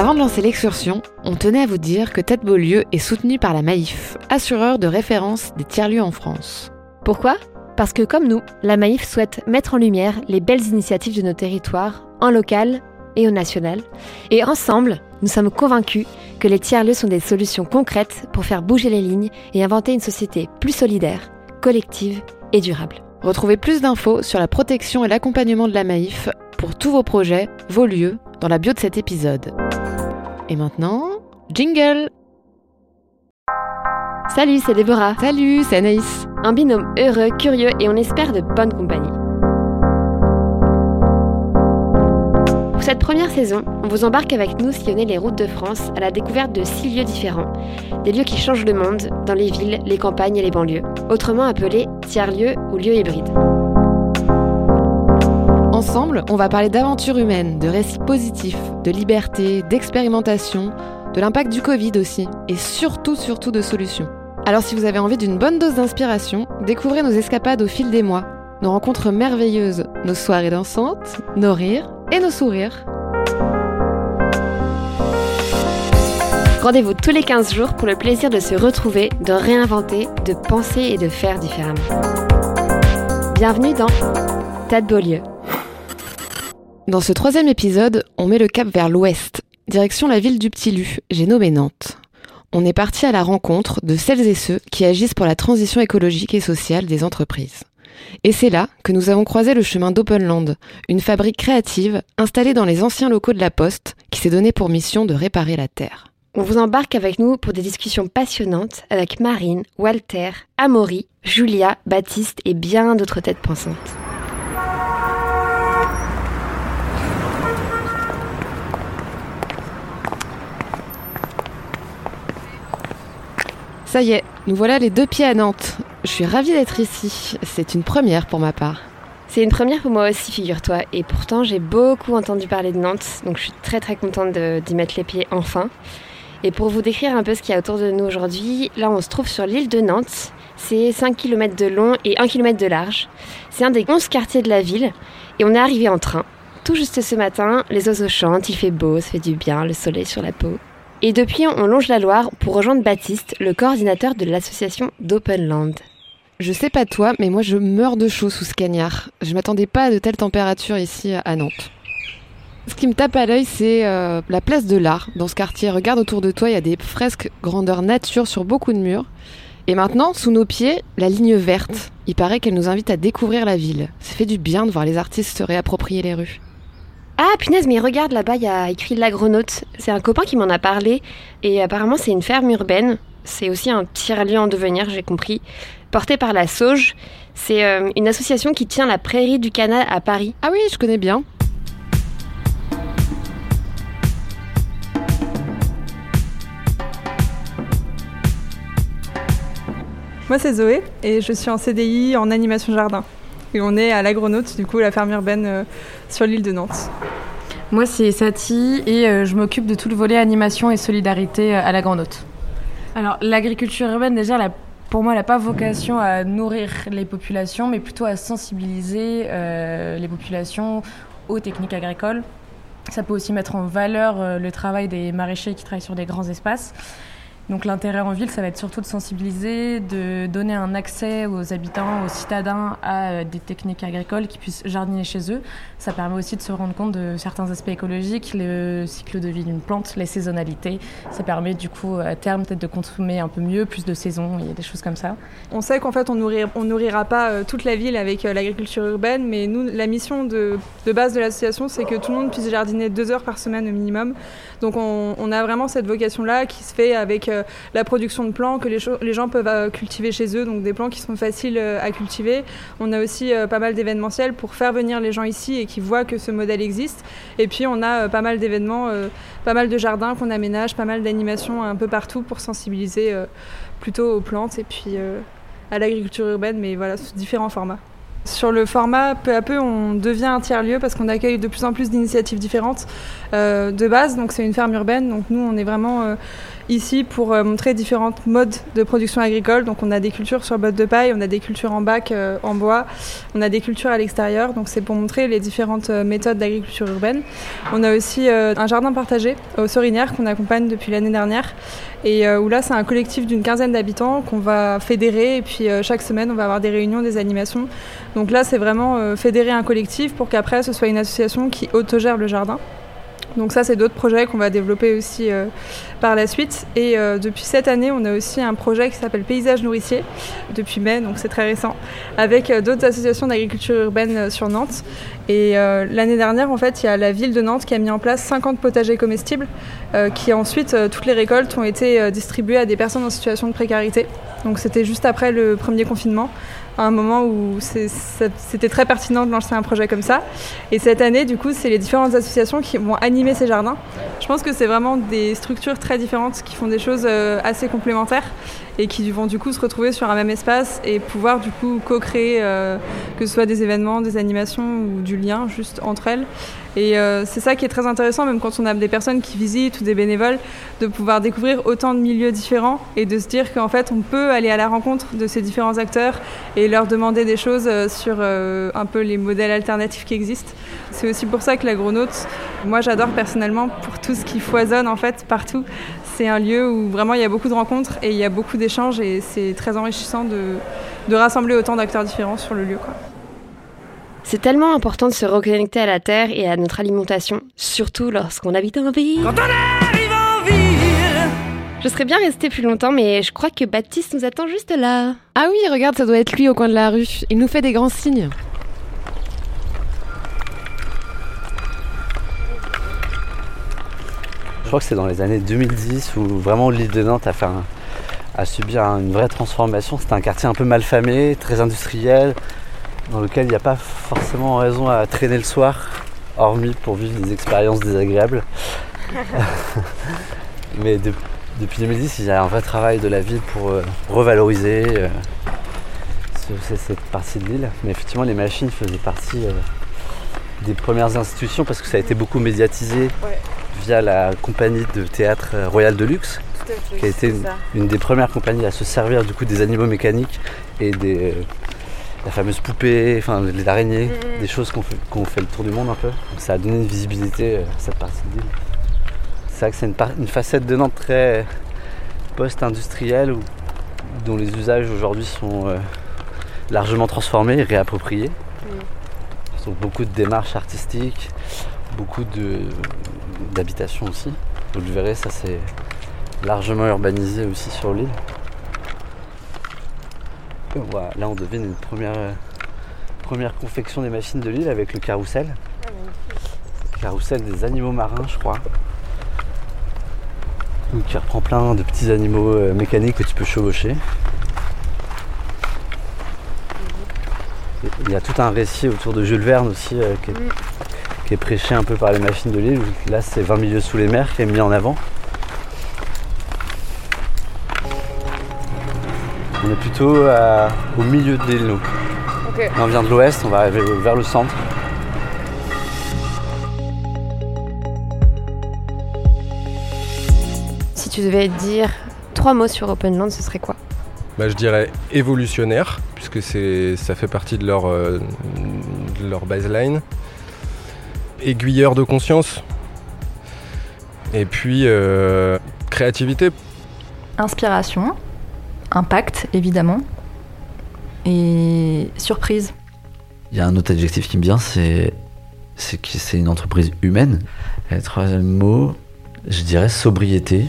Avant de lancer l'excursion, on tenait à vous dire que Tête Beaulieu est soutenu par la Maïf, assureur de référence des tiers-lieux en France. Pourquoi ? Parce que comme nous, la Maïf souhaite mettre en lumière les belles initiatives de nos territoires, en local et au national. Et ensemble, nous sommes convaincus que les tiers-lieux sont des solutions concrètes pour faire bouger les lignes et inventer une société plus solidaire, collective et durable. Retrouvez plus d'infos sur la protection et l'accompagnement de la Maïf pour tous vos projets, vos lieux, dans la bio de cet épisode. Et maintenant, jingle! Salut, c'est Déborah. Salut, c'est Anaïs. Un binôme heureux, curieux et on espère de bonne compagnie. Pour cette première saison, on vous embarque avec nous sillonner les routes de France à la découverte de 6 lieux différents. Des lieux qui changent le monde dans les villes, les campagnes et les banlieues, autrement appelés tiers-lieux ou lieux hybrides. Ensemble, on va parler d'aventures humaines, de récits positifs, de liberté, d'expérimentation, de l'impact du Covid aussi, et surtout de solutions. Alors si vous avez envie d'une bonne dose d'inspiration, découvrez nos escapades au fil des mois, nos rencontres merveilleuses, nos soirées dansantes, nos rires et nos sourires. Rendez-vous tous les 15 jours pour le plaisir de se retrouver, de réinventer, de penser et de faire différemment. Bienvenue dans Tête Beaulieu. Dans ce 3e épisode, on met le cap vers l'ouest, direction la ville du Petit Lu, j'ai nommé Nantes. On est parti à la rencontre de celles et ceux qui agissent pour la transition écologique et sociale des entreprises. Et c'est là que nous avons croisé le chemin d'Openland, une fabrique créative installée dans les anciens locaux de la Poste qui s'est donnée pour mission de réparer la Terre. On vous embarque avec nous pour des discussions passionnantes avec Marine, Walter, Amaury, Julia, Baptiste et bien d'autres têtes pensantes. Ça y est, nous voilà les 2 pieds à Nantes. Je suis ravie d'être ici, c'est une première pour ma part. C'est une première pour moi aussi, figure-toi, et pourtant j'ai beaucoup entendu parler de Nantes, donc je suis très contente d'y mettre les pieds enfin. Et pour vous décrire un peu ce qu'il y a autour de nous aujourd'hui, là on se trouve sur l'île de Nantes, c'est 5 km de long et 1 km de large. C'est un des 11 quartiers de la ville, et on est arrivé en train. Tout juste ce matin, les oiseaux chantent, il fait beau, ça fait du bien, le soleil sur la peau. Et depuis, on longe la Loire pour rejoindre Baptiste, le coordinateur de l'association d'Openland. Je sais pas toi, mais moi je meurs de chaud sous ce cagnard. Je m'attendais pas à de telles températures ici à Nantes. Ce qui me tape à l'œil, c'est la place de l'Art dans ce quartier. Regarde autour de toi, il y a des fresques grandeur nature sur beaucoup de murs. Et maintenant, sous nos pieds, la ligne verte. Il paraît qu'elle nous invite à découvrir la ville. Ça fait du bien de voir les artistes se réapproprier les rues. Ah punaise, mais regarde là-bas, il y a écrit l'Agronaute. C'est un copain qui m'en a parlé et apparemment c'est une ferme urbaine. C'est aussi un tiers-lieu en devenir, j'ai compris. Porté par la Sauge. C'est une association qui tient la Prairie du Canal à Paris. Ah oui, je connais bien. Moi c'est Zoé et je suis en CDI en animation jardin. Et on est à l'Agronaute, du coup la ferme urbaine sur l'île de Nantes. Moi c'est Saty et je m'occupe de tout le volet animation et solidarité à l'Agronaute. Alors l'agriculture urbaine déjà, pour moi elle n'a pas vocation à nourrir les populations, mais plutôt à sensibiliser les populations aux techniques agricoles. Ça peut aussi mettre en valeur le travail des maraîchers qui travaillent sur des grands espaces. Donc l'intérêt en ville, ça va être surtout de sensibiliser, de donner un accès aux habitants, aux citadins à des techniques agricoles qui puissent jardiner chez eux. Ça permet aussi de se rendre compte de certains aspects écologiques, le cycle de vie d'une plante, les saisonnalités. Ça permet du coup à terme peut-être de consommer un peu mieux, plus de saisons, il y a des choses comme ça. On sait qu'en fait on nourrira pas toute la ville avec l'agriculture urbaine, mais nous, la mission de base de l'association, c'est que tout le monde puisse jardiner 2 heures par semaine au minimum. Donc on a vraiment cette vocation-là qui se fait avec la production de plants que les gens peuvent cultiver chez eux, donc des plants qui sont faciles à cultiver. On a aussi pas mal d'événementiels pour faire venir les gens ici et qui voient que ce modèle existe. Et puis on a pas mal d'événements, pas mal de jardins qu'on aménage, pas mal d'animations un peu partout pour sensibiliser plutôt aux plantes et puis à l'agriculture urbaine, mais voilà, sous différents formats. Sur le format, peu à peu, on devient un tiers-lieu parce qu'on accueille de plus en plus d'initiatives différentes de base. Donc c'est une ferme urbaine, donc nous on est vraiment ici pour montrer différents modes de production agricole. Donc on a des cultures sur bottes de paille, on a des cultures en bac, en bois, on a des cultures à l'extérieur. Donc c'est pour montrer les différentes méthodes d'agriculture urbaine. On a aussi un jardin partagé aux Sorinières qu'on accompagne depuis l'année dernière et où là c'est un collectif d'une quinzaine d'habitants qu'on va fédérer et puis chaque semaine on va avoir des réunions, des animations. Donc là c'est vraiment fédérer un collectif pour qu'après ce soit une association qui autogère le jardin. Donc ça, c'est d'autres projets qu'on va développer aussi par la suite. Et depuis cette année, on a aussi un projet qui s'appelle Paysage Nourricier, depuis mai, donc c'est très récent, avec d'autres associations d'agriculture urbaine sur Nantes. Et l'année dernière, en fait, il y a la ville de Nantes qui a mis en place 50 potagers comestibles, qui ensuite, toutes les récoltes ont été distribuées à des personnes en situation de précarité. Donc c'était juste après le premier confinement, à un moment où c'était très pertinent de lancer un projet comme ça. Et cette année, du coup, c'est les différentes associations qui vont animer ces jardins. Je pense que c'est vraiment des structures très différentes qui font des choses assez complémentaires et qui vont du coup se retrouver sur un même espace et pouvoir du coup co-créer que ce soit des événements, des animations ou du lien juste entre elles. Et c'est ça qui est très intéressant, même quand on a des personnes qui visitent ou des bénévoles, de pouvoir découvrir autant de milieux différents et de se dire qu'en fait on peut aller à la rencontre de ces différents acteurs et leur demander des choses sur un peu les modèles alternatifs qui existent. C'est aussi pour ça que l'Agronaute, moi j'adore personnellement pour tout ce qui foisonne en fait partout. C'est un lieu où vraiment il y a beaucoup de rencontres et il y a beaucoup d'échanges et c'est très enrichissant de rassembler autant d'acteurs différents sur le lieu, quoi. C'est tellement important de se reconnecter à la terre et à notre alimentation, surtout lorsqu'on habite en ville. Quand on arrive en ville. Je serais bien restée plus longtemps, mais je crois que Baptiste nous attend juste là. Ah oui, regarde, ça doit être lui au coin de la rue. Il nous fait des grands signes. Je crois que c'est dans les années 2010 où vraiment l'île de Nantes a subi une vraie transformation. C'était un quartier un peu malfamé, très industriel, dans lequel il n'y a pas forcément raison à traîner le soir, hormis pour vivre des expériences désagréables. Mais depuis 2010, il y a un vrai travail de la ville pour revaloriser cette partie de l'île. Mais effectivement, les machines faisaient partie des premières institutions parce que ça a été beaucoup médiatisé via la compagnie de théâtre Royal de Luxe, qui a été une des premières compagnies à se servir du coup des animaux mécaniques et la fameuse poupée, enfin les araignées, des choses qu'on fait le tour du monde un peu. Donc ça a donné une visibilité à cette partie de l'île. C'est vrai que c'est une facette de Nantes très post-industrielle dont les usages aujourd'hui sont largement transformés et réappropriés. Donc beaucoup de démarches artistiques, beaucoup d'habitations aussi. Vous le verrez, ça c'est largement urbanisé aussi sur l'île. Voilà, là on devine une première confection des machines de l'île avec le carrousel. Le carrousel des animaux marins, je crois. Donc, qui reprend plein de petits animaux mécaniques que tu peux chevaucher. Il y a tout un récit autour de Jules Verne aussi qui est prêché un peu par les machines de l'île. Là c'est 20 milieux sous les mers qui est mis en avant. On est plutôt au milieu de l'île, nous. Okay. On vient de l'ouest, on va arriver vers le centre. Si tu devais dire 3 mots sur Openland, ce serait quoi ? Je dirais évolutionnaire, puisque ça fait partie de leur baseline. Aiguilleur de conscience. Et puis créativité. Inspiration. Impact, évidemment, et surprise. Il y a un autre adjectif qui me vient, c'est que c'est une entreprise humaine. Et le troisième mot, je dirais sobriété.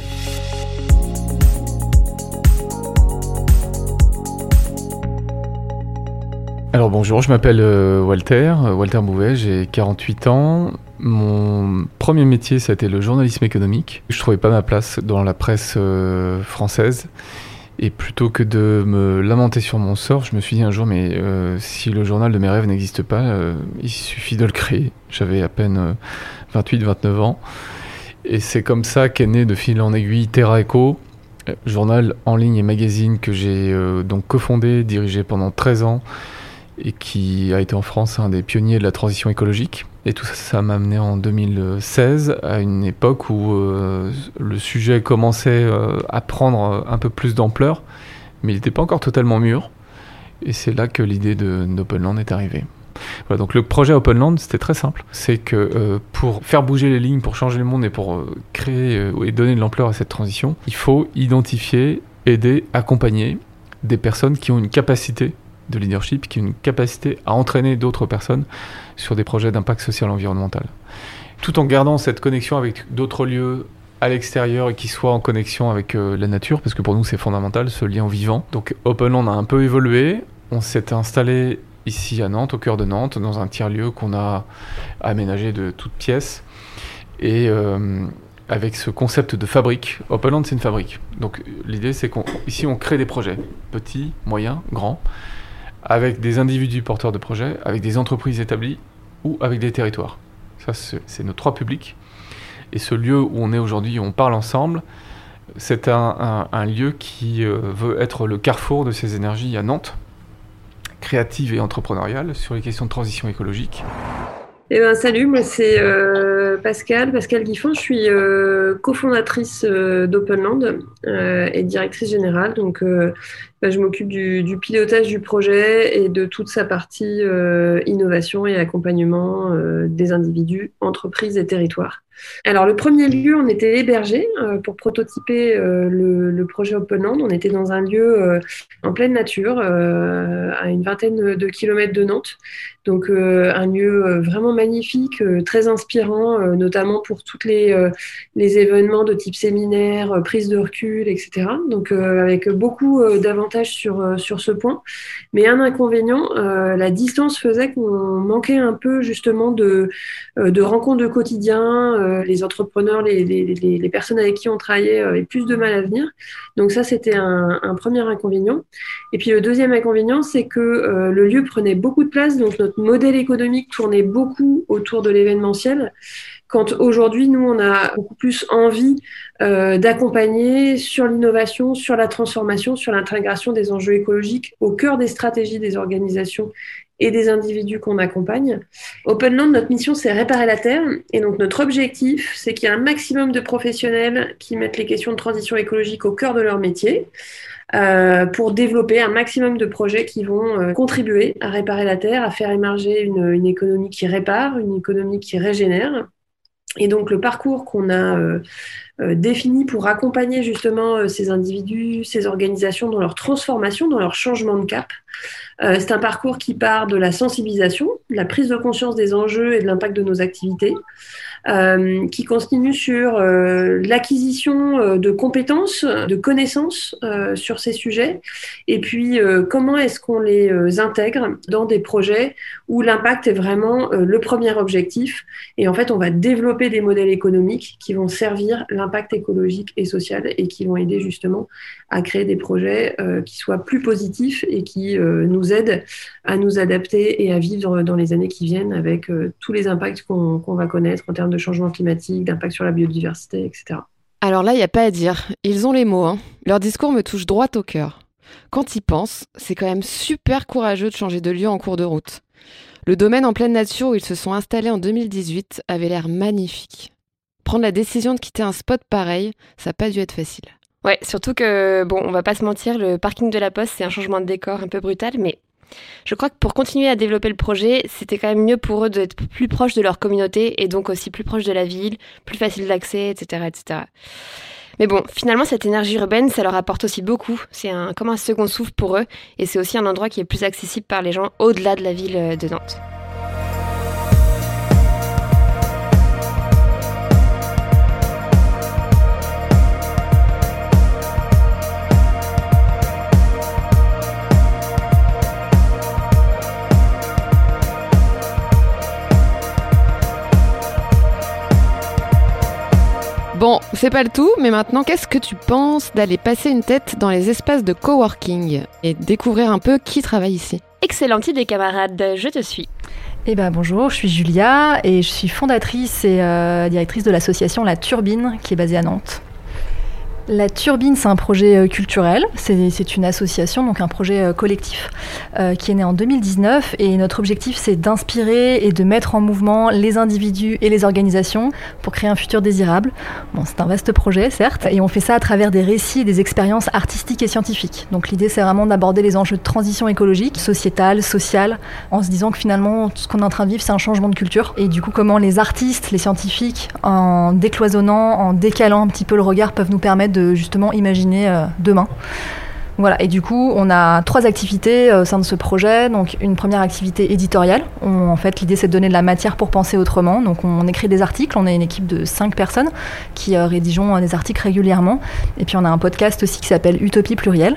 Alors bonjour, je m'appelle Walter Bouvet, j'ai 48 ans. Mon premier métier, ça a été le journalisme économique. Je trouvais pas ma place dans la presse française. Et plutôt que de me lamenter sur mon sort, je me suis dit un jour, mais si le journal de mes rêves n'existe pas, il suffit de le créer. J'avais à peine 28-29 ans. Et c'est comme ça qu'est né de fil en aiguille Terra Eco, journal en ligne et magazine que j'ai donc cofondé, dirigé pendant 13 ans, et qui a été en France un des pionniers de la transition écologique. Et tout ça, ça m'a amené en 2016 à une époque où le sujet commençait à prendre un peu plus d'ampleur, mais il n'était pas encore totalement mûr. Et c'est là que l'idée d'Openland est arrivée. Voilà, donc le projet Openland, c'était très simple. C'est que pour faire bouger les lignes, pour changer le monde et pour créer et donner de l'ampleur à cette transition, il faut identifier, aider, accompagner des personnes qui ont une capacité de leadership, qui ont une capacité à entraîner d'autres personnes sur des projets d'impact social et environnemental. Tout en gardant cette connexion avec d'autres lieux à l'extérieur et qui soient en connexion avec la nature, parce que pour nous c'est fondamental, ce lien vivant. Donc Openland a un peu évolué, on s'est installé ici à Nantes, au cœur de Nantes, dans un tiers-lieu qu'on a aménagé de toutes pièces, et avec ce concept de fabrique. Openland, c'est une fabrique. Donc l'idée, c'est qu'ici, on crée des projets, petits, moyens, grands, avec des individus porteurs de projets, avec des entreprises établies ou avec des territoires. Ça, c'est nos 3 publics. Et ce lieu où on est aujourd'hui, où on parle ensemble, c'est un lieu qui veut être le carrefour de ces énergies à Nantes, créative et entrepreneuriale, sur les questions de transition écologique. Salut, moi c'est Pascal Guiffon, je suis cofondatrice d'Openland et directrice générale. Donc je m'occupe du pilotage du projet et de toute sa partie innovation et accompagnement des individus, entreprises et territoires. Alors le premier lieu, on était hébergé pour prototyper le projet Openland. On était dans un lieu en pleine nature, à une vingtaine de kilomètres de Nantes. Donc un lieu vraiment magnifique, très inspirant, notamment pour tous les événements de type séminaire, prise de recul, etc. Donc avec beaucoup d'avantages sur ce point. Mais un inconvénient, la distance faisait qu'on manquait un peu justement de rencontres de quotidien. Les entrepreneurs, les personnes avec qui on travaillait avaient plus de mal à venir. Donc ça, c'était un premier inconvénient. Et puis le deuxième inconvénient, c'est que le lieu prenait beaucoup de place, donc notre modèle économique tournait beaucoup autour de l'événementiel. Quand aujourd'hui, nous, on a beaucoup plus envie d'accompagner sur l'innovation, sur la transformation, sur l'intégration des enjeux écologiques au cœur des stratégies des organisations et des individus qu'on accompagne. Openland, notre mission, c'est réparer la Terre. Et donc, notre objectif, c'est qu'il y ait un maximum de professionnels qui mettent les questions de transition écologique au cœur de leur métier pour développer un maximum de projets qui vont contribuer à réparer la Terre, à faire émerger une économie qui répare, une économie qui régénère. Et donc, le parcours qu'on a défini pour accompagner justement ces individus, ces organisations dans leur transformation, dans leur changement de cap, c'est un parcours qui part de la sensibilisation, de la prise de conscience des enjeux et de l'impact de nos activités, qui continue sur l'acquisition de compétences, de connaissances sur ces sujets, et puis comment est-ce qu'on les intègre dans des projets où l'impact est vraiment le premier objectif, et en fait on va développer des modèles économiques qui vont servir l'impact écologique et social et qui vont aider justement à créer des projets qui soient plus positifs et qui nous aident à nous adapter et à vivre dans les années qui viennent avec tous les impacts qu'on va connaître en termes de changement climatique, d'impact sur la biodiversité, etc. Alors là, il n'y a pas à dire. Ils ont les mots, hein. Leur discours me touche droit au cœur. Quand ils pensent, c'est quand même super courageux de changer de lieu en cours de route. Le domaine en pleine nature où ils se sont installés en 2018 avait l'air magnifique. Prendre la décision de quitter un spot pareil, ça n'a pas dû être facile. Ouais, surtout que, bon, on va pas se mentir, le parking de la Poste, c'est un changement de décor un peu brutal, mais je crois que pour continuer à développer le projet, c'était quand même mieux pour eux d'être plus proches de leur communauté et donc aussi plus proches de la ville, plus facile d'accès, etc., etc. Mais bon, finalement, cette énergie urbaine, ça leur apporte aussi beaucoup. C'est comme un second souffle pour eux et c'est aussi un endroit qui est plus accessible par les gens au-delà de la ville de Nantes. Bon, c'est pas le tout, mais maintenant, qu'est-ce que tu penses d'aller passer une tête dans les espaces de coworking et découvrir un peu qui travaille ici ? Excellente idée, camarade, je te suis. Bonjour, je suis Julia et je suis fondatrice et directrice de l'association La Turbine qui est basée à Nantes. La Turbine, c'est un projet culturel, c'est une association, donc un projet collectif qui est né en 2019 et notre objectif c'est d'inspirer et de mettre en mouvement les individus et les organisations pour créer un futur désirable. Bon, c'est un vaste projet certes et on fait ça à travers des récits et des expériences artistiques et scientifiques. Donc l'idée c'est vraiment d'aborder les enjeux de transition écologique, sociétale, sociale, en se disant que finalement tout ce qu'on est en train de vivre c'est un changement de culture et du coup comment les artistes, les scientifiques en décloisonnant, en décalant un petit peu le regard peuvent nous permettre de justement imaginer demain. Voilà, et du coup, on a 3 activités au sein de ce projet. Donc, une première activité éditoriale. En fait, l'idée, c'est de donner de la matière pour penser autrement. Donc, on écrit des articles. On est une équipe de 5 personnes qui rédigeons des articles régulièrement. Et puis, on a un podcast aussi qui s'appelle Utopie Plurielle.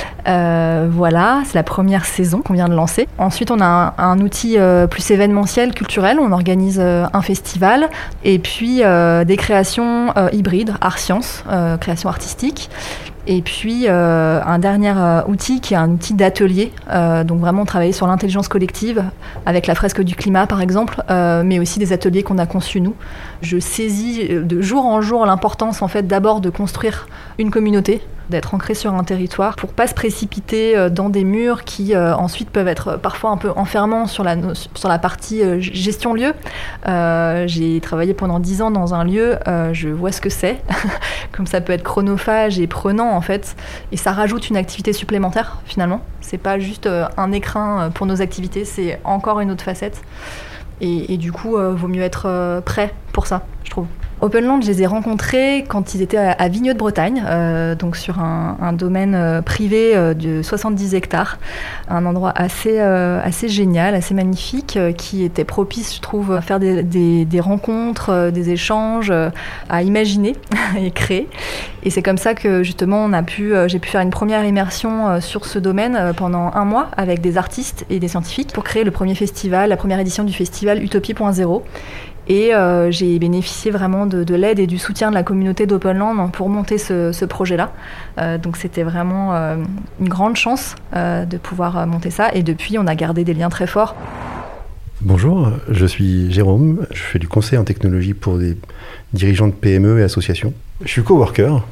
Voilà, c'est la première saison qu'on vient de lancer. Ensuite, on a un outil plus événementiel, culturel. On organise un festival. Et puis, des créations hybrides, art-sciences, créations artistiques. Et puis un dernier outil qui est un outil d'atelier, donc vraiment travailler sur l'intelligence collective avec la fresque du climat par exemple, mais aussi des ateliers qu'on a conçus nous. Je saisis de jour en jour l'importance en fait d'abord de construire une communauté, d'être ancré sur un territoire pour pas se précipiter dans des murs qui ensuite peuvent être parfois un peu enfermants sur la partie gestion lieu. J'ai travaillé pendant 10 ans dans un lieu, je vois ce que c'est, comme ça peut être chronophage et prenant en fait, et ça rajoute une activité supplémentaire finalement. C'est pas juste un écrin pour nos activités, c'est encore une autre facette. Et du coup, vaut mieux être prêt pour ça, je trouve. Openland, je les ai rencontrés quand ils étaient à Vigneux de Bretagne, donc sur un domaine privé de 70 hectares, un endroit assez génial, assez magnifique, qui était propice, je trouve, à faire des rencontres, des échanges, à imaginer et créer. Et c'est comme ça que justement j'ai pu faire une première immersion sur ce domaine pendant 1 mois avec des artistes et des scientifiques pour créer le premier festival, la première édition du festival Utopie.0. Et j'ai bénéficié vraiment de l'aide et du soutien de la communauté d'Openland pour monter ce projet-là. Donc c'était vraiment une grande chance de pouvoir monter ça. Et depuis, on a gardé des liens très forts. Bonjour, je suis Jérôme. Je fais du conseil en technologie pour des dirigeants de PME et associations. Je suis coworker.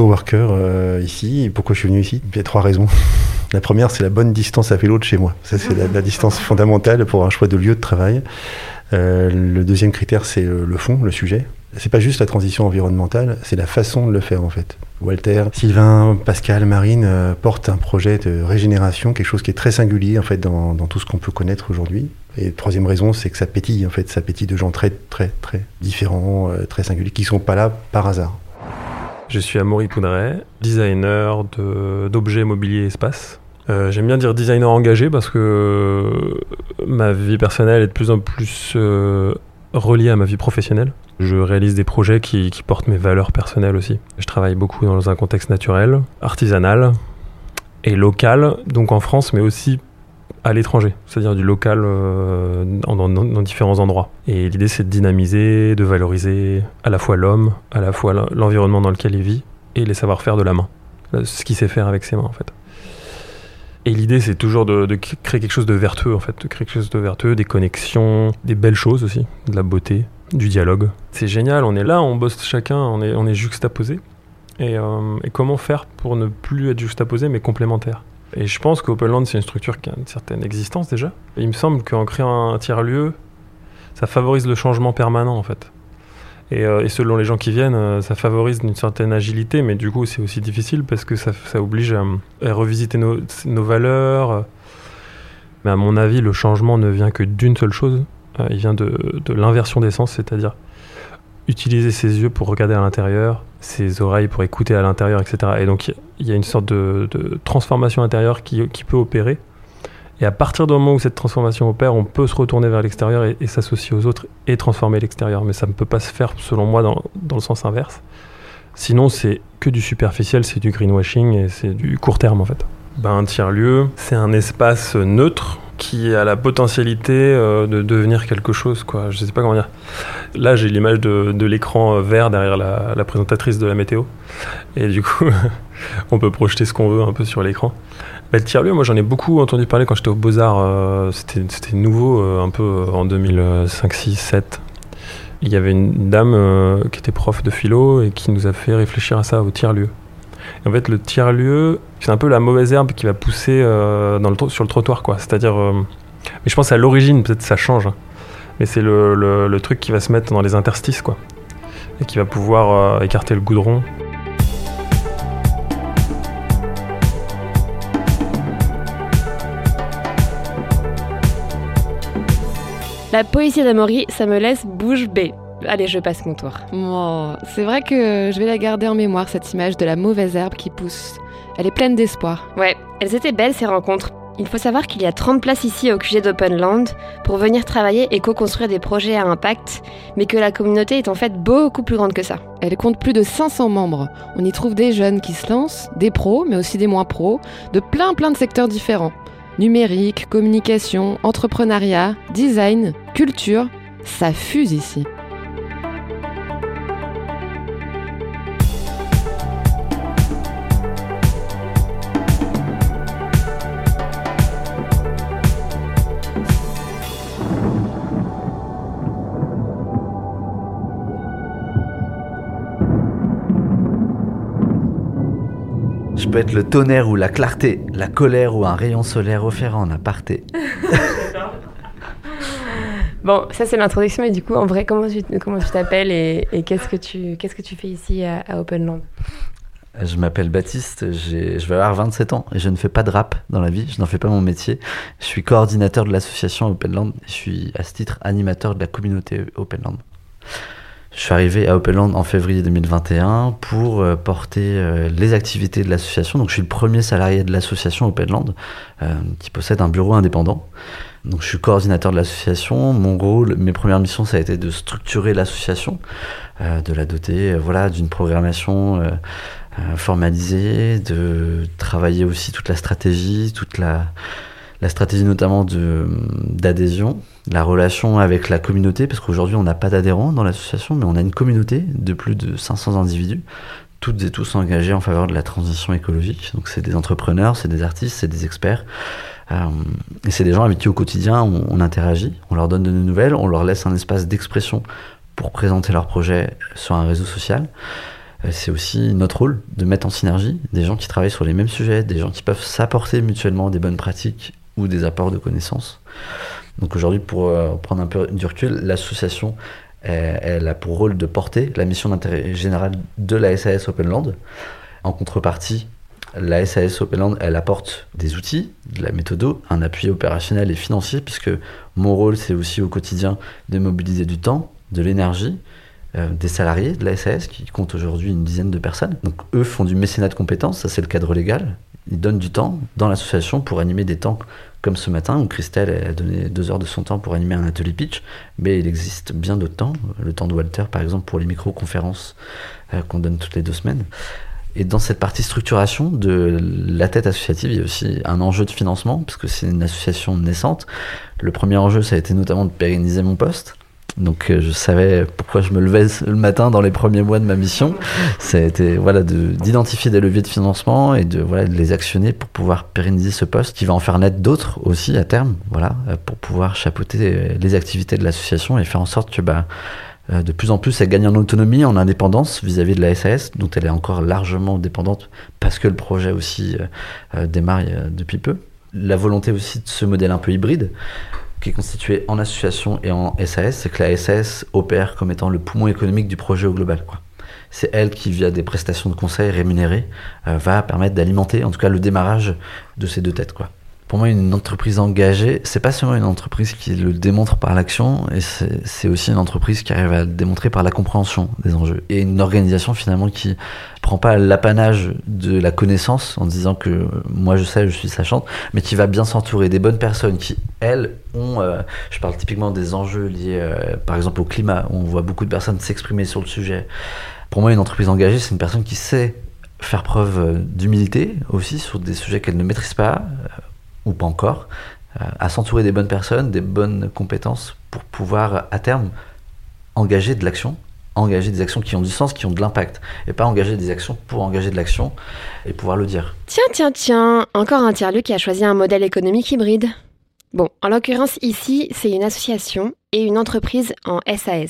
Ici. Et pourquoi je suis venu ici ? Il y a 3 raisons. La première, c'est la bonne distance à vélo de chez moi. Ça, c'est la distance fondamentale pour un choix de lieu de travail. Le deuxième critère, c'est le fond, le sujet. C'est pas juste la transition environnementale, c'est la façon de le faire en fait. Walter, Sylvain, Pascal, Marine portent un projet de régénération, quelque chose qui est très singulier en fait dans tout ce qu'on peut connaître aujourd'hui. Et troisième raison, c'est que ça pétille en fait, ça pétille de gens très très très différents, très singuliers, qui sont pas là par hasard. Je suis Amaury Poudret, designer d'objets mobiliers espace. J'aime bien dire designer engagé parce que ma vie personnelle est de plus en plus reliée à ma vie professionnelle. Je réalise des projets qui portent mes valeurs personnelles aussi. Je travaille beaucoup dans un contexte naturel, artisanal et local, donc en France, mais aussi à l'étranger, c'est-à-dire du local dans différents endroits. Et l'idée, c'est de dynamiser, de valoriser à la fois l'homme, à la fois l'environnement dans lequel il vit et les savoir-faire de la main, ce qu'il sait faire avec ses mains en fait. Et l'idée, c'est toujours de créer quelque chose de vertueux, en fait, de créer quelque chose de vertueux, des connexions, des belles choses aussi, de la beauté, du dialogue. C'est génial, on est là, on bosse chacun, on est juxtaposés. Et comment faire pour ne plus être juxtaposés, mais complémentaires ? Et je pense qu'Openland, c'est une structure qui a une certaine existence déjà. Et il me semble qu'en créant un tiers-lieu, ça favorise le changement permanent, en fait. Et selon les gens qui viennent, ça favorise une certaine agilité, mais du coup c'est aussi difficile parce que ça oblige à revisiter nos valeurs. Mais à mon avis, le changement ne vient que d'une seule chose, il vient de l'inversion des sens, c'est-à-dire utiliser ses yeux pour regarder à l'intérieur, ses oreilles pour écouter à l'intérieur, etc. Et donc il y a une sorte de transformation intérieure qui peut opérer. Et à partir du moment où cette transformation opère, on peut se retourner vers l'extérieur et s'associer aux autres et transformer l'extérieur. Mais ça ne peut pas se faire, selon moi, dans le sens inverse. Sinon, c'est que du superficiel, c'est du greenwashing et c'est du court terme, en fait. Un tiers-lieu, c'est un espace neutre qui a la potentialité de devenir quelque chose, quoi. Je ne sais pas comment dire. Là, j'ai l'image de l'écran vert derrière la présentatrice de la météo. Et du coup, on peut projeter ce qu'on veut un peu sur l'écran. Le tiers-lieu, moi j'en ai beaucoup entendu parler quand j'étais au Beaux-Arts, c'était nouveau un peu en 2005, 6, 7. Il y avait une dame qui était prof de philo et qui nous a fait réfléchir à ça, au tiers-lieu. En fait, le tiers-lieu, c'est un peu la mauvaise herbe qui va pousser sur le trottoir, quoi. C'est-à-dire, mais je pense à l'origine, peut-être ça change, hein. Mais c'est le truc qui va se mettre dans les interstices, quoi, et qui va pouvoir écarter le goudron. La poésie d'Amaury, ça me laisse bouche bée. Allez, je passe mon tour. Oh, c'est vrai que je vais la garder en mémoire, cette image de la mauvaise herbe qui pousse. Elle est pleine d'espoir. Ouais, elles étaient belles ces rencontres. Il faut savoir qu'il y a 30 places ici au QG d'Openland pour venir travailler et co-construire des projets à impact, mais que la communauté est en fait beaucoup plus grande que ça. Elle compte plus de 500 membres. On y trouve des jeunes qui se lancent, des pros, mais aussi des moins pros, de plein de secteurs différents. Numérique, communication, entrepreneuriat, design, culture, ça fuse ici. Je peux être le tonnerre ou la clarté, la colère ou un rayon solaire offert en aparté. Bon, ça c'est l'introduction, et du coup, en vrai, comment tu t'appelles et qu'est-ce que tu fais ici à Openland ? Je m'appelle Baptiste, je vais avoir 27 ans et je ne fais pas de rap dans la vie, je n'en fais pas mon métier. Je suis coordinateur de l'association Openland et je suis à ce titre animateur de la communauté Openland. Je suis arrivé à Openland en février 2021 pour porter les activités de l'association. Donc je suis le premier salarié de l'association Openland qui possède un bureau indépendant. Donc je suis coordinateur de l'association. Mon rôle, mes premières missions, ça a été de structurer l'association, de la doter d'une programmation formalisée, de travailler aussi toute la stratégie, la stratégie notamment d'adhésion, la relation avec la communauté, parce qu'aujourd'hui on n'a pas d'adhérents dans l'association, mais on a une communauté de plus de 500 individus, toutes et tous engagés en faveur de la transition écologique. Donc c'est des entrepreneurs, c'est des artistes, c'est des experts, et c'est des gens avec qui au quotidien on interagit, on leur donne de nos nouvelles, on leur laisse un espace d'expression pour présenter leurs projets sur un réseau social. C'est aussi notre rôle de mettre en synergie des gens qui travaillent sur les mêmes sujets, des gens qui peuvent s'apporter mutuellement des bonnes pratiques ou des apports de connaissances. Donc aujourd'hui, pour prendre un peu du recul, l'association elle a pour rôle de porter la mission d'intérêt général de la SAS Openland. En contrepartie, la SAS Openland, elle apporte des outils, de la méthodo, un appui opérationnel et financier, puisque mon rôle, c'est aussi au quotidien de mobiliser du temps, de l'énergie, des salariés de la SAS qui comptent aujourd'hui une dizaine de personnes. Donc eux font du mécénat de compétences, ça c'est le cadre légal. Ils donnent du temps dans l'association pour animer des temps comme ce matin où Christelle a donné 2 heures de son temps pour animer un atelier pitch, mais il existe bien d'autres temps, le temps de Walter par exemple pour les micro-conférences qu'on donne toutes les 2 semaines. Et dans cette partie structuration de la tête associative, il y a aussi un enjeu de financement, parce que c'est une association naissante. Le premier enjeu, ça a été notamment de pérenniser mon poste. Donc je savais pourquoi je me levais le matin dans les premiers mois de ma mission. Ça a été d'identifier des leviers de financement et de les actionner pour pouvoir pérenniser ce poste qui va en faire naître d'autres aussi à terme, pour pouvoir chapeauter les activités de l'association et faire en sorte que de plus en plus elle gagne en autonomie, en indépendance vis-à-vis de la SAS, dont elle est encore largement dépendante parce que le projet aussi démarre depuis peu. La volonté aussi de ce modèle un peu hybride qui est constitué en association et en SAS, c'est que la SAS opère comme étant le poumon économique du projet au global, quoi. C'est elle qui, via des prestations de conseil rémunérées, va permettre d'alimenter, en tout cas, le démarrage de ces 2 têtes, quoi. Pour moi, une entreprise engagée, c'est pas seulement une entreprise qui le démontre par l'action, et c'est aussi une entreprise qui arrive à le démontrer par la compréhension des enjeux. Et une organisation finalement qui prend pas l'apanage de la connaissance en disant que moi je sais, je suis sachante, mais qui va bien s'entourer des bonnes personnes qui, elles, ont... je parle typiquement des enjeux liés par exemple au climat, où on voit beaucoup de personnes s'exprimer sur le sujet. Pour moi, une entreprise engagée, c'est une personne qui sait faire preuve d'humilité aussi sur des sujets qu'elle ne maîtrise pas, ou pas encore, à s'entourer des bonnes personnes, des bonnes compétences pour pouvoir, à terme, engager de l'action, engager des actions qui ont du sens, qui ont de l'impact, et pas engager des actions pour engager de l'action et pouvoir le dire. Tiens, encore un tiers-lieu qui a choisi un modèle économique hybride. Bon, en l'occurrence ici, c'est une association et une entreprise en SAS.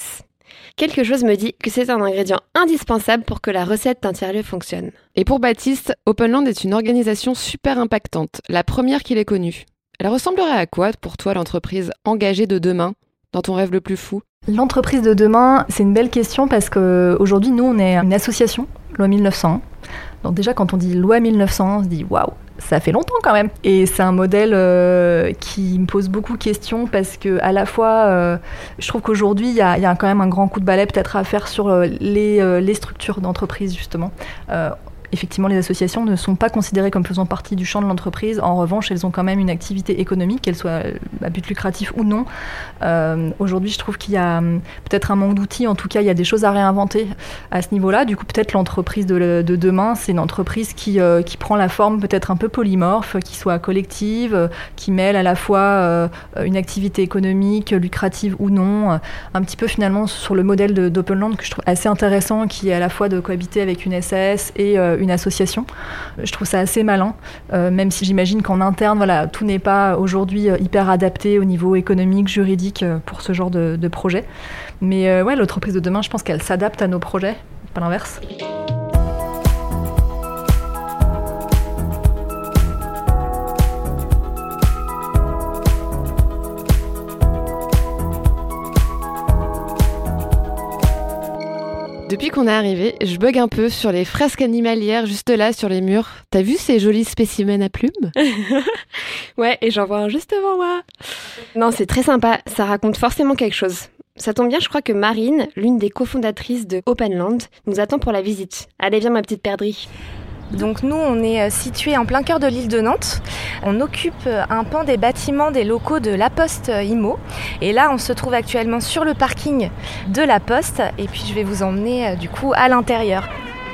Quelque chose me dit que c'est un ingrédient indispensable pour que la recette d'un tiers-lieu fonctionne. Et pour Baptiste, Openland est une organisation super impactante, la première qu'il ait connue. Elle ressemblerait à quoi pour toi l'entreprise engagée de demain, dans ton rêve le plus fou ? L'entreprise de demain, c'est une belle question parce qu'aujourd'hui, nous, on est une association, loi 1901. Donc déjà, quand on dit loi 1901, on se dit « waouh !» Ça fait longtemps quand même. Et c'est un modèle qui me pose beaucoup de questions parce que à la fois, je trouve qu'aujourd'hui, il y a quand même un grand coup de balai peut-être à faire sur les structures d'entreprise, justement. Effectivement, les associations ne sont pas considérées comme faisant partie du champ de l'entreprise. En revanche, elles ont quand même une activité économique, qu'elle soit à but lucratif ou non. Aujourd'hui, je trouve qu'il y a peut-être un manque d'outils. En tout cas, il y a des choses à réinventer à ce niveau-là. Du coup, peut-être l'entreprise de demain, c'est une entreprise qui prend la forme peut-être un peu polymorphe, qui soit collective, qui mêle à la fois une activité économique, lucrative ou non. Un petit peu finalement sur le modèle d'Openland que je trouve assez intéressant, qui est à la fois de cohabiter avec une SAS et une association. Je trouve ça assez malin, même si j'imagine qu'en interne, voilà, tout n'est pas aujourd'hui hyper adapté au niveau économique, juridique pour ce genre de projet. Mais ouais, l'entreprise de demain, je pense qu'elle s'adapte à nos projets, pas l'inverse. Depuis qu'on est arrivé, je bug un peu sur les fresques animalières juste là sur les murs. T'as vu ces jolis spécimens à plumes ? Ouais, et j'en vois un juste devant moi. Non, c'est très sympa, ça raconte forcément quelque chose. Ça tombe bien, je crois que Marine, l'une des cofondatrices de Openland, nous attend pour la visite. Allez, viens ma petite perdrix. Donc nous, on est situé en plein cœur de l'île de Nantes. On occupe un pan des bâtiments des locaux de La Poste Immo. Et là, on se trouve actuellement sur le parking de La Poste. Et puis, je vais vous emmener du coup à l'intérieur.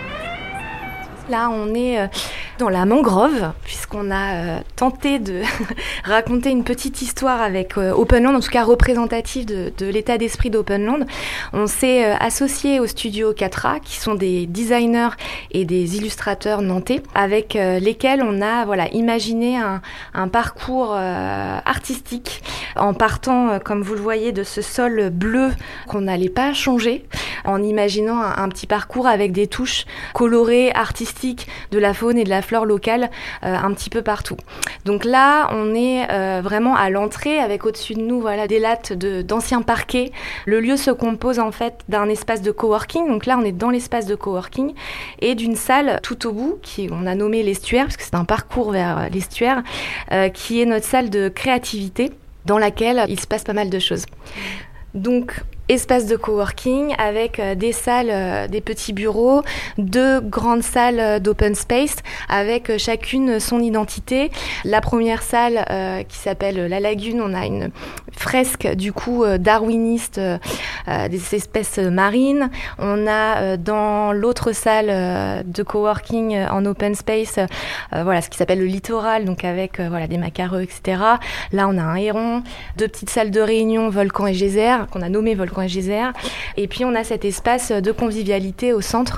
Là, on est dans la mangrove, puisqu'on a tenté de raconter une petite histoire avec Openland, en tout cas représentative de l'état d'esprit d'Openland. On s'est associé au studio 4A, qui sont des designers et des illustrateurs nantais, avec lesquels on a imaginé un parcours artistique, en partant, comme vous le voyez, de ce sol bleu qu'on n'allait pas changer, en imaginant un petit parcours avec des touches colorées, artistiques, de la faune et de la flore locale un petit peu partout. Donc là, on est vraiment à l'entrée avec au-dessus de nous des lattes d'anciens parquets. Le lieu se compose en fait d'un espace de coworking. Donc là, on est dans l'espace de coworking et d'une salle tout au bout on a nommé l'estuaire parce que c'est un parcours vers l'estuaire qui est notre salle de créativité dans laquelle il se passe pas mal de choses. Donc, espace de coworking avec des salles, des petits bureaux, 2 grandes salles d'open space avec chacune son identité. La première salle qui s'appelle La Lagune, on a une fresque du coup darwiniste des espèces marines. On a dans l'autre salle de coworking en open space ce qui s'appelle le littoral, donc avec des macareux, etc. Là, on a un héron, 2 petites salles de réunion, volcan et geyser, qu'on a nommé volcan et geyser. Et puis, on a cet espace de convivialité au centre.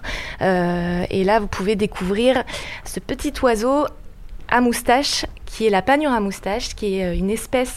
Et là, vous pouvez découvrir ce petit oiseau à moustache, qui est la panure à moustache, qui est une espèce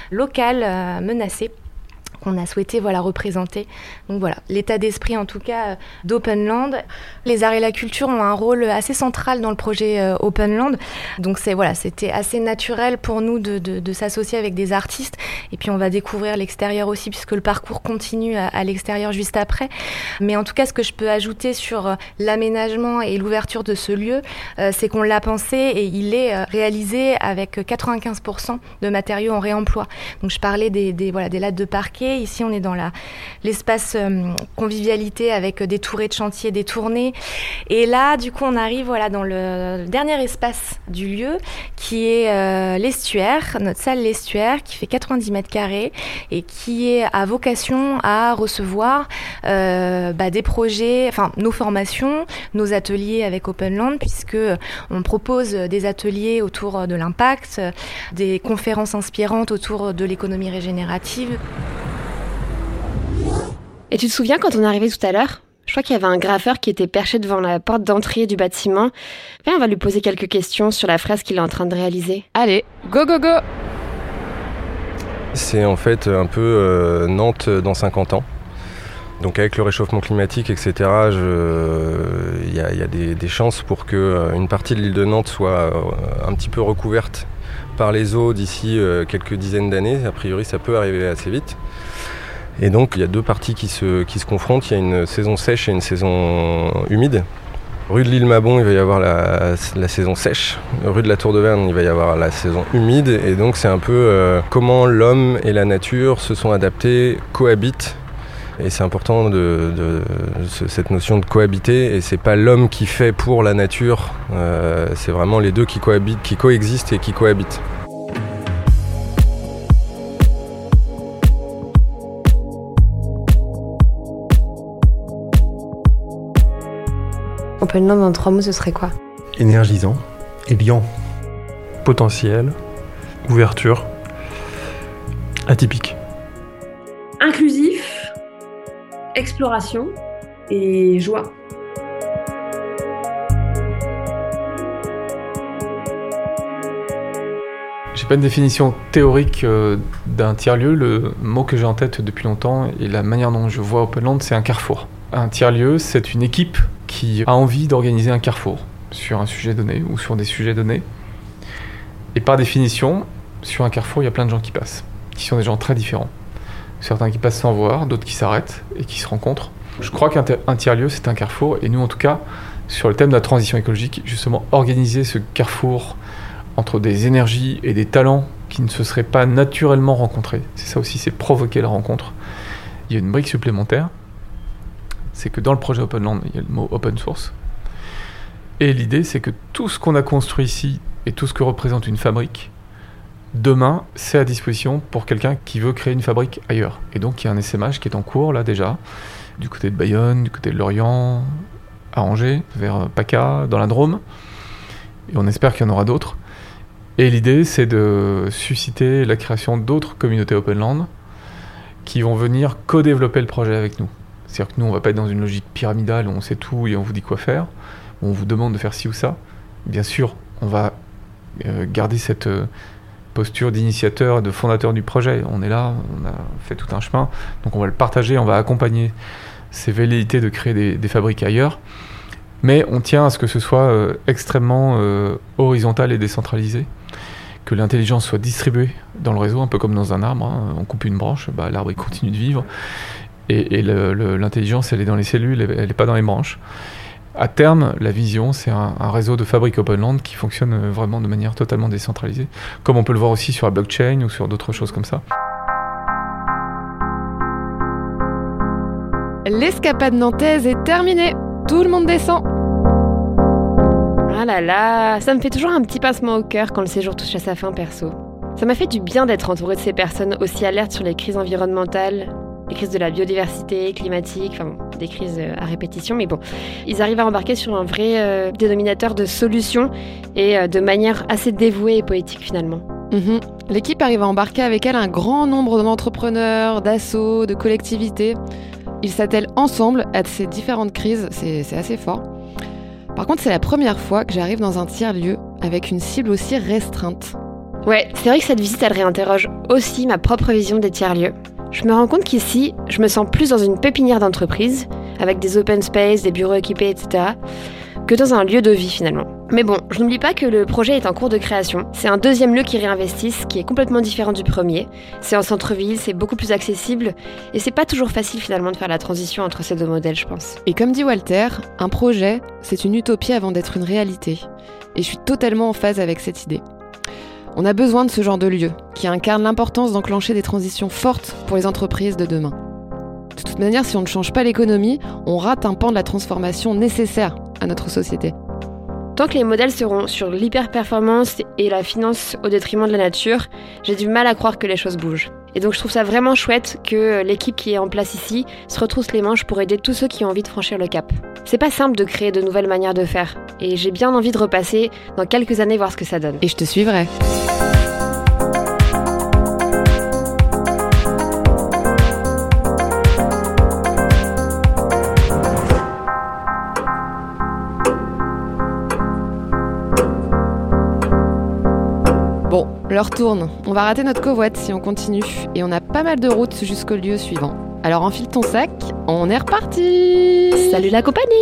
locale menacée, qu'on a souhaité représenter. Donc l'état d'esprit en tout cas d'Openland. Les arts et la culture ont un rôle assez central dans le projet Openland. Donc c'était assez naturel pour nous de s'associer avec des artistes. Et puis on va découvrir l'extérieur aussi, puisque le parcours continue à l'extérieur juste après. Mais en tout cas, ce que je peux ajouter sur l'aménagement et l'ouverture de ce lieu, c'est qu'on l'a pensé et il est réalisé avec 95% de matériaux en réemploi. Donc je parlais des lattes de parquet. Ici, on est dans l'espace convivialité avec des tourées de chantier détournées. Et là, du coup, on arrive dans le dernier espace du lieu, qui est l'estuaire, notre salle l'estuaire, qui fait 90 mètres carrés et qui a vocation à recevoir des projets, nos formations, nos ateliers avec Openland, puisque on propose des ateliers autour de l'impact, des conférences inspirantes autour de l'économie régénérative. Et tu te souviens quand on est arrivé tout à l'heure ? Je crois qu'il y avait un graffeur qui était perché devant la porte d'entrée du bâtiment. Viens, on va lui poser quelques questions sur la fresque qu'il est en train de réaliser. Allez, go go go ! C'est en fait un peu Nantes dans 50 ans. Donc avec le réchauffement climatique, etc., il y a des chances pour qu'une partie de l'île de Nantes soit un petit peu recouverte par les eaux d'ici quelques dizaines d'années. A priori, ça peut arriver assez vite. Et donc, il y a deux parties qui se confrontent. Il y a une saison sèche et une saison humide. Rue de l'Île Mabon, il va y avoir la saison sèche. Rue de la Tour de Verne, il va y avoir la saison humide. Et donc, c'est un peu comment l'homme et la nature se sont adaptés, cohabitent. Et c'est important cette notion de cohabiter. Et c'est pas l'homme qui fait pour la nature. C'est vraiment les deux qui cohabitent, qui coexistent et qui cohabitent. Openland en 3 mots, ce serait quoi? Énergisant et liant. Potentiel, ouverture, atypique. Inclusif, exploration et joie. J'ai pas une définition théorique d'un tiers-lieu. Le mot que j'ai en tête depuis longtemps et la manière dont je vois Openland, c'est un carrefour. Un tiers-lieu, c'est une équipe qui a envie d'organiser un carrefour sur un sujet donné ou sur des sujets donnés. Et par définition, sur un carrefour, il y a plein de gens qui passent, qui sont des gens très différents. Certains qui passent sans voir, d'autres qui s'arrêtent et qui se rencontrent. Je crois qu'un tiers-lieu, c'est un carrefour. Et nous, en tout cas, sur le thème de la transition écologique, justement, organiser ce carrefour entre des énergies et des talents qui ne se seraient pas naturellement rencontrés. C'est ça aussi, c'est provoquer la rencontre. Il y a une brique supplémentaire, c'est que dans le projet Openland, il y a le mot open source. Et l'idée, c'est que tout ce qu'on a construit ici et tout ce que représente une fabrique, demain, c'est à disposition pour quelqu'un qui veut créer une fabrique ailleurs. Et donc, il y a un essaimage qui est en cours, là, déjà, du côté de Bayonne, du côté de Lorient, à Angers, vers PACA, dans la Drôme. Et on espère qu'il y en aura d'autres. Et l'idée, c'est de susciter la création d'autres communautés Openland qui vont venir co-développer le projet avec nous. C'est-à-dire que nous, on ne va pas être dans une logique pyramidale où on sait tout et on vous dit quoi faire, où on vous demande de faire ci ou ça. Bien sûr, on va garder cette posture d'initiateur et de fondateur du projet. On est là, on a fait tout un chemin, donc on va le partager, on va accompagner ces velléités de créer des fabriques ailleurs. Mais on tient à ce que ce soit extrêmement horizontal et décentralisé, que l'intelligence soit distribuée dans le réseau, un peu comme dans un arbre. Hein. On coupe une branche, l'arbre il continue de vivre. Et l'intelligence, elle est dans les cellules, elle n'est pas dans les branches. À terme, la vision, c'est un réseau de fabriques Openland qui fonctionne vraiment de manière totalement décentralisée, comme on peut le voir aussi sur la blockchain ou sur d'autres choses comme ça. L'escapade nantaise est terminée. Tout le monde descend. Ah là là, ça me fait toujours un petit pincement au cœur quand le séjour touche à sa fin, perso. Ça m'a fait du bien d'être entourée de ces personnes aussi alertes sur les crises environnementales, les crises de la biodiversité, climatique, enfin bon, des crises à répétition, mais bon, ils arrivent à embarquer sur un vrai dénominateur de solutions et de manière assez dévouée et poétique finalement. L'équipe arrive à embarquer avec elle un grand nombre d'entrepreneurs, d'assauts, de collectivités. Ils s'attellent ensemble à ces différentes crises, c'est assez fort. Par contre, c'est la première fois que j'arrive dans un tiers-lieu avec une cible aussi restreinte. Ouais, c'est vrai que cette visite, elle réinterroge aussi ma propre vision des tiers-lieux. Je me rends compte qu'ici, je me sens plus dans une pépinière d'entreprise, avec des open space, des bureaux équipés, etc., que dans un lieu de vie finalement. Mais bon, je n'oublie pas que le projet est en cours de création. C'est un deuxième lieu qui réinvestisse, qui est complètement différent du premier. C'est en centre-ville, c'est beaucoup plus accessible, et c'est pas toujours facile finalement de faire la transition entre ces deux modèles, je pense. Et comme dit Walter, un projet, c'est une utopie avant d'être une réalité. Et je suis totalement en phase avec cette idée. On a besoin de ce genre de lieu, qui incarne l'importance d'enclencher des transitions fortes pour les entreprises de demain. De toute manière, si on ne change pas l'économie, on rate un pan de la transformation nécessaire à notre société. Tant que les modèles seront sur l'hyper-performance et la finance au détriment de la nature, j'ai du mal à croire que les choses bougent. Et donc je trouve ça vraiment chouette que l'équipe qui est en place ici se retrousse les manches pour aider tous ceux qui ont envie de franchir le cap. C'est pas simple de créer de nouvelles manières de faire, et j'ai bien envie de repasser dans quelques années voir ce que ça donne. Et je te suivrai. Bon, l'heure tourne. On va rater notre covoite si on continue. Et on a pas mal de routes jusqu'au lieu suivant. Alors enfile ton sac, on est reparti. Salut la compagnie.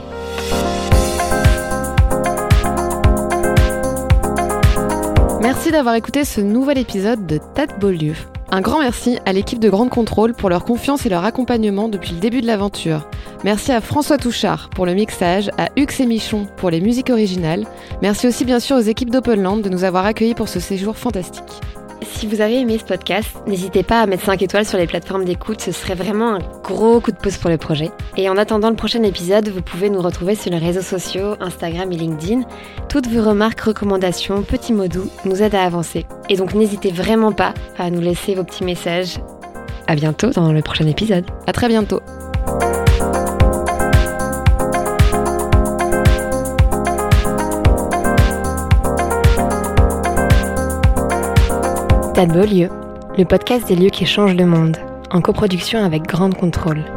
Merci d'avoir écouté ce nouvel épisode de Tas de Beaulieu. Un grand merci à l'équipe de Grande Contrôle pour leur confiance et leur accompagnement depuis le début de l'aventure. Merci à François Touchard pour le mixage, à Hux et Michon pour les musiques originales. Merci aussi bien sûr aux équipes d'Openland de nous avoir accueillis pour ce séjour fantastique. Si vous avez aimé ce podcast, n'hésitez pas à mettre 5 étoiles sur les plateformes d'écoute, ce serait vraiment un gros coup de pouce pour le projet. Et en attendant le prochain épisode, vous pouvez nous retrouver sur les réseaux sociaux, Instagram et LinkedIn. Toutes vos remarques, recommandations, petits mots doux nous aident à avancer. Et donc n'hésitez vraiment pas à nous laisser vos petits messages. À bientôt dans le prochain épisode. À très bientôt. Tas de Beaulieu, le podcast des lieux qui changent le monde, en coproduction avec Grande Contrôle.